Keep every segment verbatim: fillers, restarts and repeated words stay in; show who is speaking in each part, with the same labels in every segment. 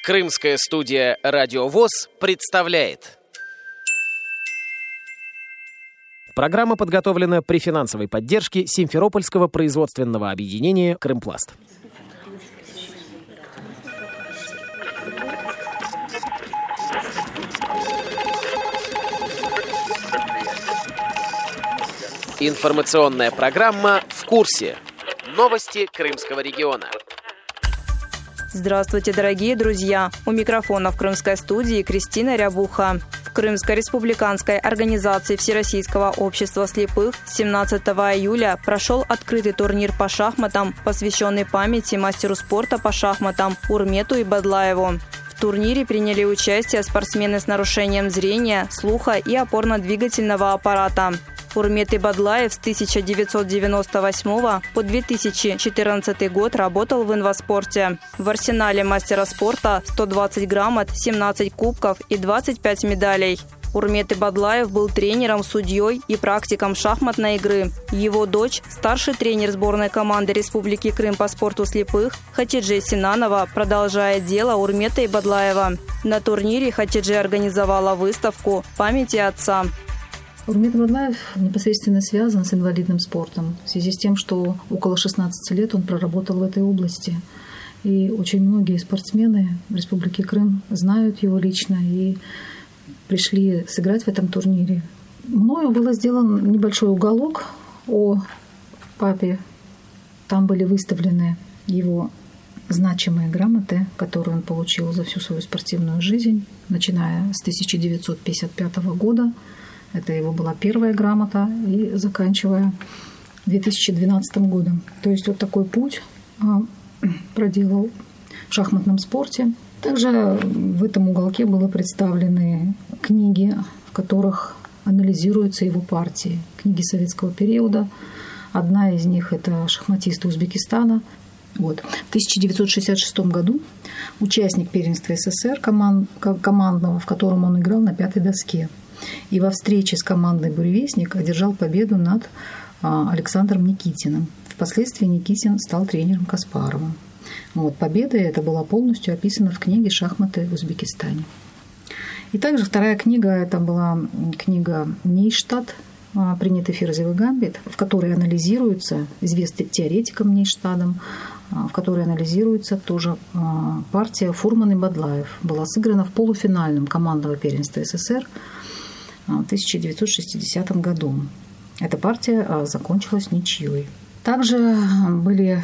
Speaker 1: Крымская студия «Радио ВОС» представляет.
Speaker 2: Программа подготовлена при финансовой поддержке Симферопольского производственного объединения «Крымпласт».
Speaker 1: Информационная программа «В курсе». Новости Крымского региона.
Speaker 3: Здравствуйте, дорогие друзья! У микрофона в Крымской студии Кристина Рябуха. В Крымской республиканской организации Всероссийского общества слепых семнадцатого июля прошел открытый турнир по шахматам, посвященный памяти мастеру спорта по шахматам Урмету Ибадлаеву. В турнире приняли участие спортсмены с нарушением зрения, слуха и опорно-двигательного аппарата. Урмет Ибадлаев с тысяча девятьсот девяносто восьмого по две тысячи четырнадцатый год работал в инваспорте. В арсенале мастера спорта сто двадцать грамот, семнадцать кубков и двадцать пять медалей. Урмет Ибадлаев был тренером, судьей и практиком шахматной игры. Его дочь, старший тренер сборной команды Республики Крым по спорту слепых Хатидже Синанова, продолжает дело Урмета Ибадлаева. На турнире Хатидже организовала выставку памяти отца.
Speaker 4: Урмет Ибадлаев непосредственно связан с инвалидным спортом в связи с тем, что около шестнадцати лет он проработал в этой области. И очень многие спортсмены в Республике Крым знают его лично и пришли сыграть в этом турнире. Мною был сделан небольшой уголок о папе. Там были выставлены его значимые грамоты, которые он получил за всю свою спортивную жизнь, начиная с тысяча девятьсот пятьдесят пятого года. Это его была первая грамота, и заканчивая две тысячи двенадцатым годом. То есть вот такой путь проделал в шахматном спорте. Также в этом уголке были представлены книги, в которых анализируются его партии. Книги советского периода. Одна из них – это «Шахматисты Узбекистана». Вот. В тысяча девятьсот шестьдесят шестом году участник первенства СССР команд, командного, в котором он играл на пятой доске. И во встрече с командой «Буревестник» одержал победу над Александром Никитиным. Впоследствии Никитин стал тренером Каспарова. Вот, победа эта была полностью описана в книге «Шахматы в Узбекистане». И также вторая книга – это была книга «Нейштадт. Принятый ферзевый гамбит», в которой анализируется, известный теоретиком Нейштадтом, в которой анализируется тоже партия Фурман Ибадлаев. Была сыграна в полуфинальном командного первенства СССР в тысяча девятьсот шестидесятом году. Эта партия закончилась ничьей. Также были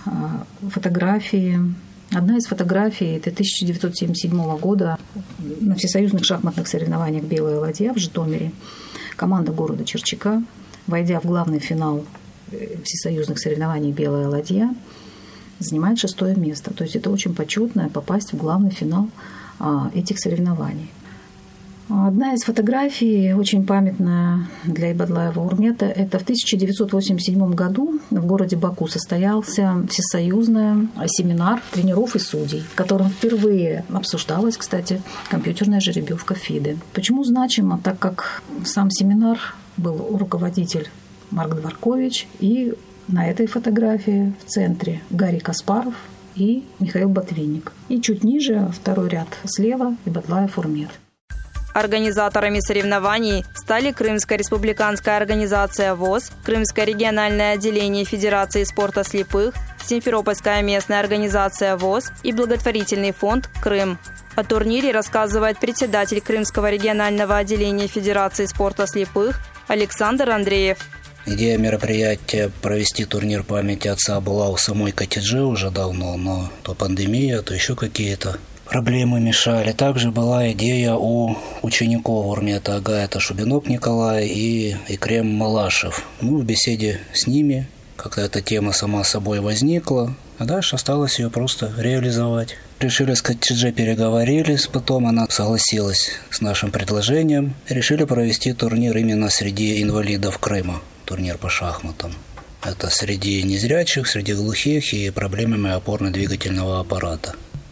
Speaker 4: фотографии. Одна из фотографий – это тысяча девятьсот семьдесят седьмого года на всесоюзных шахматных соревнованиях «Белая ладья» в Житомире. Команда города Черчака, войдя в главный финал всесоюзных соревнований «Белая ладья», занимает шестое место. То есть это очень почетно попасть в главный финал этих соревнований. Одна из фотографий, очень памятная для Ибадлаева Урмета, это в тысяча девятьсот восемьдесят седьмом году в городе Баку состоялся всесоюзный семинар тренеров и судей, в котором впервые обсуждалась, кстати, компьютерная жеребьевка ФИДе. Почему значимо? Так как сам семинар был руководитель Марк Дворкович, и на этой фотографии в центре Гарри Каспаров и Михаил Ботвинник. И чуть ниже, второй ряд слева, Ибадлаев Урмет.
Speaker 3: Организаторами соревнований стали Крымская республиканская организация ВОС, Крымское региональное отделение Федерации спорта слепых, Симферопольская местная организация ВОС и благотворительный фонд «Крым». О турнире рассказывает председатель Крымского регионального отделения Федерации спорта слепых Александр Андреев.
Speaker 5: Идея мероприятия провести турнир памяти отца была у самой Хатидже уже давно, но то пандемия, то еще какие-то проблемы мешали. Также была идея у учеников Урмета Ага, это Шубинок Николай и Икрем Малашев. Ну, в беседе с ними как-то эта тема сама собой возникла, а дальше осталось ее просто реализовать. Решили с Хатидже, переговорились, потом она согласилась с нашим предложением. Решили провести турнир именно среди инвалидов Крыма, турнир по шахматам. Это среди незрячих, среди глухих и проблемами опорно-двигательного аппарата.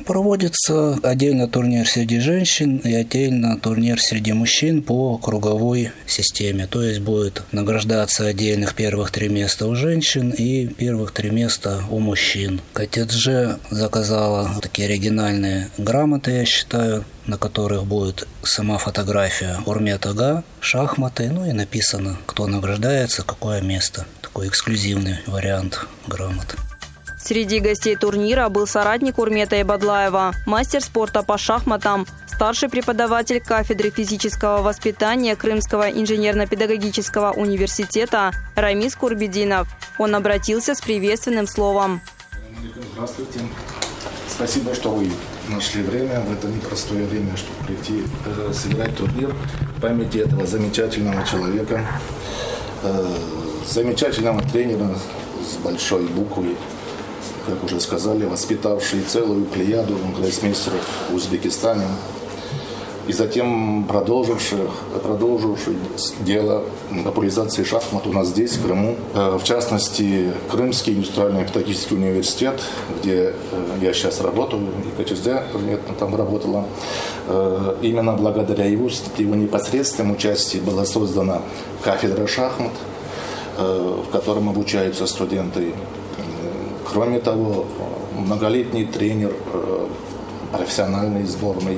Speaker 5: Проводится отдельно турнир среди женщин и отдельно турнир среди мужчин по круговой системе. То есть будет награждаться отдельных первых три места у женщин и первых три места у мужчин. КТЖ заказала такие оригинальные грамоты, я считаю, на которых будет сама фотография Урмет Ага, шахматы, ну и написано, кто награждается, какое место. Такой эксклюзивный вариант грамот.
Speaker 3: Среди гостей турнира был соратник Урмета Ибадлаева, мастер спорта по шахматам, старший преподаватель кафедры физического воспитания Крымского инженерно-педагогического университета Рамис Курбединов. Он обратился с приветственным словом.
Speaker 6: Здравствуйте. Спасибо, что вы нашли время в это непростое время, чтобы прийти э, сыграть турнир в памяти этого замечательного человека, э, замечательного тренера с большой буквы, как уже сказали, воспитавший целую плеяду гроссмейстеров в Узбекистане и затем продолживших, продолживший дело популяризации шахмат у нас здесь, в Крыму. В частности, Крымский индустриальный педагогический университет, где я сейчас работаю, и КЧЗ там работала. Именно благодаря его, его непосредственному участию была создана кафедра шахмат, в котором обучаются студенты. Кроме того, многолетний тренер профессиональной сборной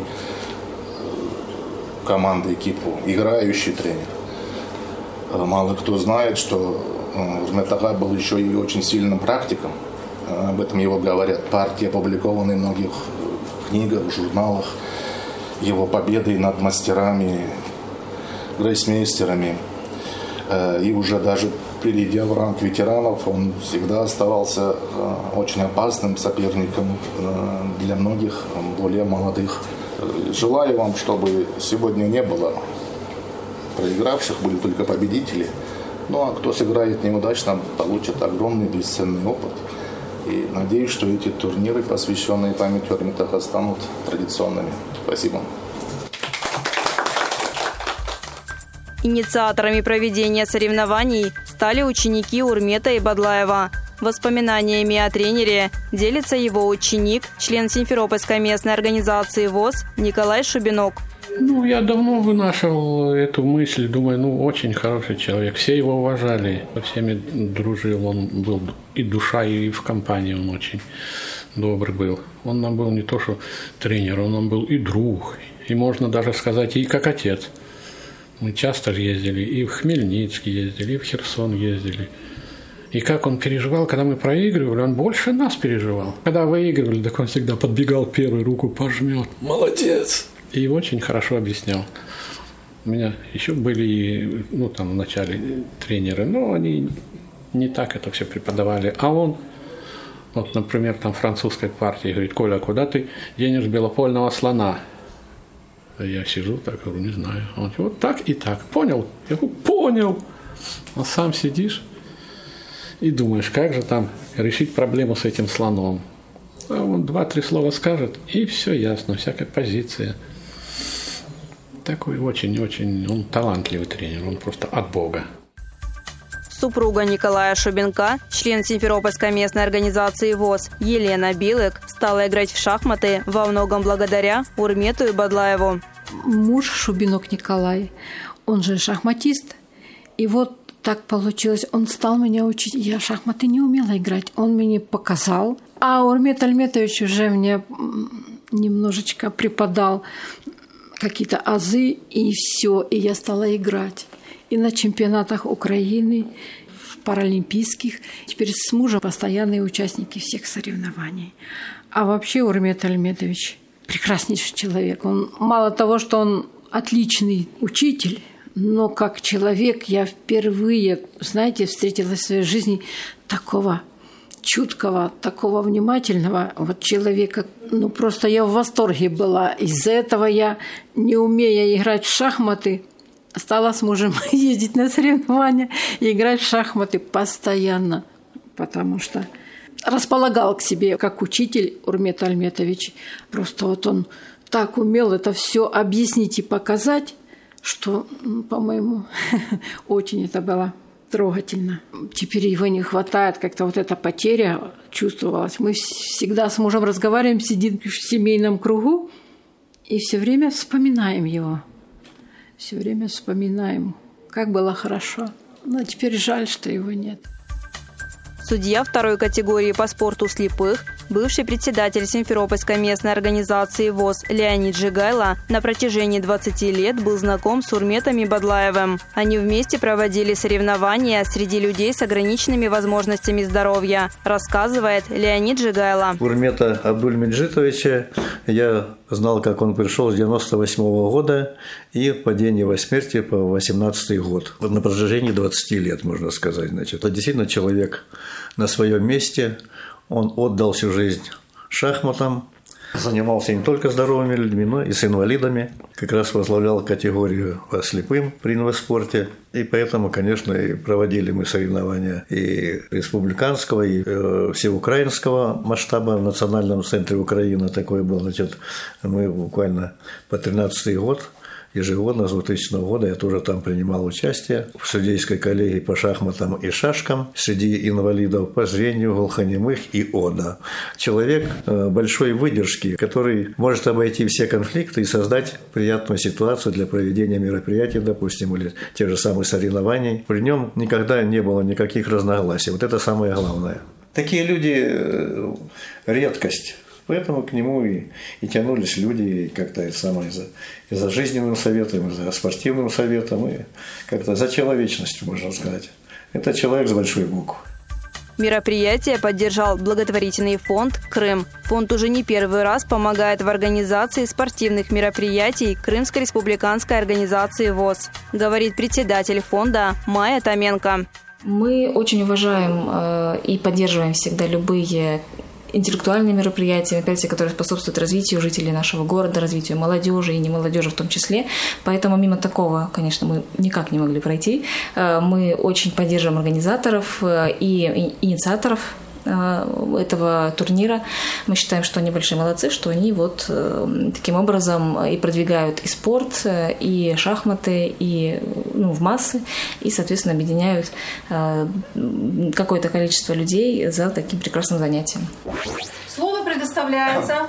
Speaker 6: команды КИПУ, играющий тренер. Мало кто знает, что Урмет Ага был еще и очень сильным практиком. Об этом его говорят партии, опубликованные в многих книгах, журналах. Его победы над мастерами, гроссмейстерами. И уже даже перейдя в ранг ветеранов, он всегда оставался очень опасным соперником для многих более молодых. Желаю вам, чтобы сегодня не было проигравших, были только победители. Ну а кто сыграет неудачно, получит огромный бесценный опыт. И надеюсь, что эти турниры, посвященные памяти Урмета Ага, станут традиционными. Спасибо.
Speaker 3: Инициаторами проведения соревнований стали ученики Урмета Ибадлаева. Воспоминаниями о тренере делится его ученик, член Симферопольской местной организации ВОС Николай Шубинок.
Speaker 7: Ну, я давно вынашивал эту мысль, думаю, ну, очень хороший человек. Все его уважали, со всеми дружил, он был и душа, и в компании он очень добрый был. Он нам был не то что тренер, он нам был и друг, и можно даже сказать, и как отец. Мы часто ездили, и в Хмельницк ездили, и в Херсон ездили. И как он переживал, когда мы проигрывали, он больше нас переживал. Когда выигрывали, так он всегда подбегал первый, руку пожмет. Молодец! И очень хорошо объяснял. У меня еще были, ну, там, в начале тренеры, но они не так это все преподавали. А он, вот, например, там французской партии, говорит, Коля, куда ты денешь белопольного слона? Я сижу так, говорю, не знаю. Он говорит, вот так и так. Понял? Я говорю, понял. А сам сидишь и думаешь, как же там решить проблему с этим слоном. А он два-три слова скажет, и все ясно, всякая позиция. Такой очень-очень, он талантливый тренер, он просто от Бога.
Speaker 3: Супруга Николая Шубинка, член Симферопольской местной организации ВОС Елена Билык, стала играть в шахматы во многом благодаря Урмету Ибадлаеву.
Speaker 8: Муж Шубинок Николай, он же шахматист, и вот так получилось, он стал меня учить. Я в шахматы не умела играть, он мне показал. А Урмет Альметович уже мне немножечко преподал какие-то азы, и все, и я стала играть. И на чемпионатах Украины, в паралимпийских. Теперь с мужем постоянные участники всех соревнований. А вообще Урмет Альметович прекраснейший человек. Он мало того, что он отличный учитель, но как человек я впервые, знаете, встретила в своей жизни такого чуткого, такого внимательного вот человека. Ну, просто я в восторге была. Из-за этого я, не умея играть в шахматы, стала с мужем ездить на соревнования и играть в шахматы постоянно, потому что располагал к себе как учитель Урмет Альметович. Просто вот он так умел это все объяснить и показать, что, по-моему, очень это было трогательно. Теперь его не хватает, как-то вот эта потеря чувствовалась. Мы всегда с мужем разговариваем, сидим в семейном кругу и все время вспоминаем его. Все время вспоминаем, как было хорошо. Но теперь жаль, что его нет.
Speaker 3: Судья второй категории по спорту слепых, бывший председатель Симферопольской местной организации ВОС Леонид Жигайло на протяжении двадцати лет был знаком с Урметом Ибадлаевым. Они вместе проводили соревнования среди людей с ограниченными возможностями здоровья, рассказывает Леонид Жигайло.
Speaker 9: Урмета Абдульмеджитовича я знал, как он пришел с девяносто восьмого года и по день его смерти по восемнадцатый год. На протяжении двадцати лет, можно сказать. Значит, это действительно человек на своем месте. Он отдал всю жизнь шахматам, занимался не только здоровыми людьми, но и с инвалидами. Как раз возглавлял категорию по слепым при инваспорте. И поэтому, конечно, и проводили мы соревнования и республиканского, и э, всеукраинского масштаба в Национальном центре Украины. Такой был. Значит, мы буквально по тринадцатый год ежегодно с двухтысячного года я тоже там принимал участие в судейской коллегии по шахматам и шашкам среди инвалидов по зрению, глухонемых и ОДА. Человек большой выдержки, который может обойти все конфликты и создать приятную ситуацию для проведения мероприятий, допустим, или тех же самых соревнований. При нем никогда не было никаких разногласий. Вот это самое главное. Такие люди – редкость. Поэтому к нему и, и тянулись люди и как-то и самое, и, за, и за жизненным советом, и за спортивным советом, и как-то за человечностью, можно сказать. Это человек с большой буквы.
Speaker 3: Мероприятие поддержал благотворительный фонд «Крым». Фонд уже не первый раз помогает в организации спортивных мероприятий Крымской республиканской организации ВОС, говорит председатель фонда Майя Томенко.
Speaker 10: Мы очень уважаем э, и поддерживаем всегда любые интеллектуальные мероприятия, мероприятия, которые способствуют развитию жителей нашего города, развитию молодежи и не молодежи в том числе. Поэтому мимо такого, конечно, мы никак не могли пройти. Мы очень поддерживаем организаторов и инициаторов этого турнира. Мы считаем, что они большие молодцы, что они вот таким образом и продвигают и спорт, и шахматы, и ну, в массы, и, соответственно, объединяют какое-то количество людей за таким прекрасным занятием.
Speaker 11: Слово предоставляется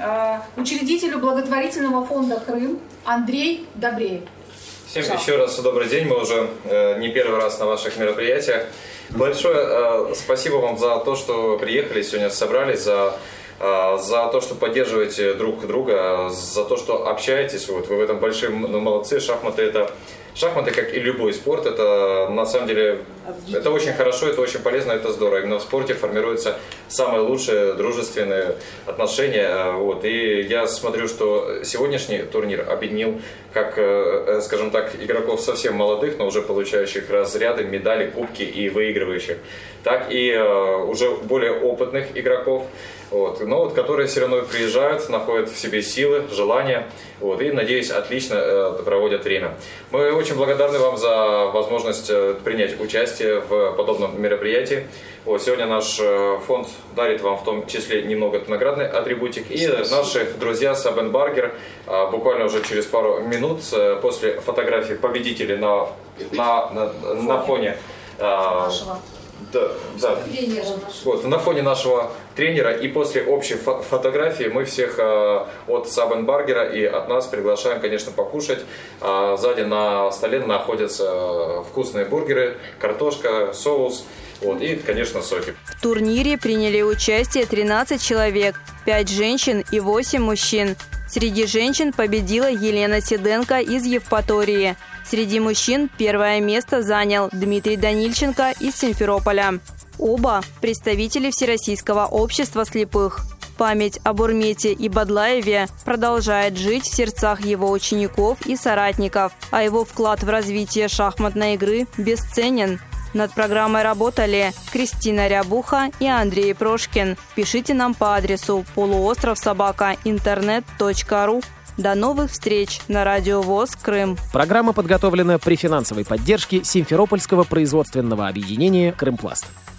Speaker 11: учредителю благотворительного фонда «Крым» Андрей Добреев.
Speaker 12: Всем еще раз добрый день. Мы уже не первый раз на ваших мероприятиях. Большое э, спасибо вам за то, что приехали сегодня, собрались, за, э, за то, что поддерживаете друг друга, за то, что общаетесь. Вот, вы в этом большие ну, молодцы. Шахматы это шахматы, как и любой спорт, это на самом деле это очень хорошо, это очень полезно, это здорово. Именно в спорте формируются самые лучшие дружественные отношения. Вот. И я смотрю, что сегодняшний турнир объединил, как, скажем так, игроков совсем молодых, но уже получающих разряды, медали, кубки и выигрывающих, так и уже более опытных игроков. Вот, но вот, которые все равно приезжают, находят в себе силы, желания, вот, и, надеюсь, отлично э, проводят время. Мы очень благодарны вам за возможность э, принять участие в подобном мероприятии. Вот, сегодня наш э, фонд дарит вам в том числе немного наградный атрибутик. И наши друзья Сабен Баргер э, буквально уже через пару минут э, после фотографии победителей на, на, на, на фоне... Э, Да, да. Вот, на фоне нашего тренера и после общей фо- фотографии мы всех э, от Сабен Баргера и от нас приглашаем, конечно, покушать. А сзади на столе находятся вкусные бургеры, картошка, соус, вот, и, конечно, соки.
Speaker 3: В турнире приняли участие тринадцать человек, пять женщин и восемь мужчин. Среди женщин победила Елена Сиденко из Евпатории. Среди мужчин первое место занял Дмитрий Данильченко из Симферополя. Оба – представители Всероссийского общества слепых. Память об Урмете Ибадлаеве продолжает жить в сердцах его учеников и соратников, а его вклад в развитие шахматной игры бесценен. Над программой работали Кристина Рябуха и Андрей Прошкин. Пишите нам по адресу полуостров собака интернет точка ру. До новых встреч на Радио ВОС Крым.
Speaker 2: Программа подготовлена при финансовой поддержке Симферопольского производственного объединения «Крымпласт».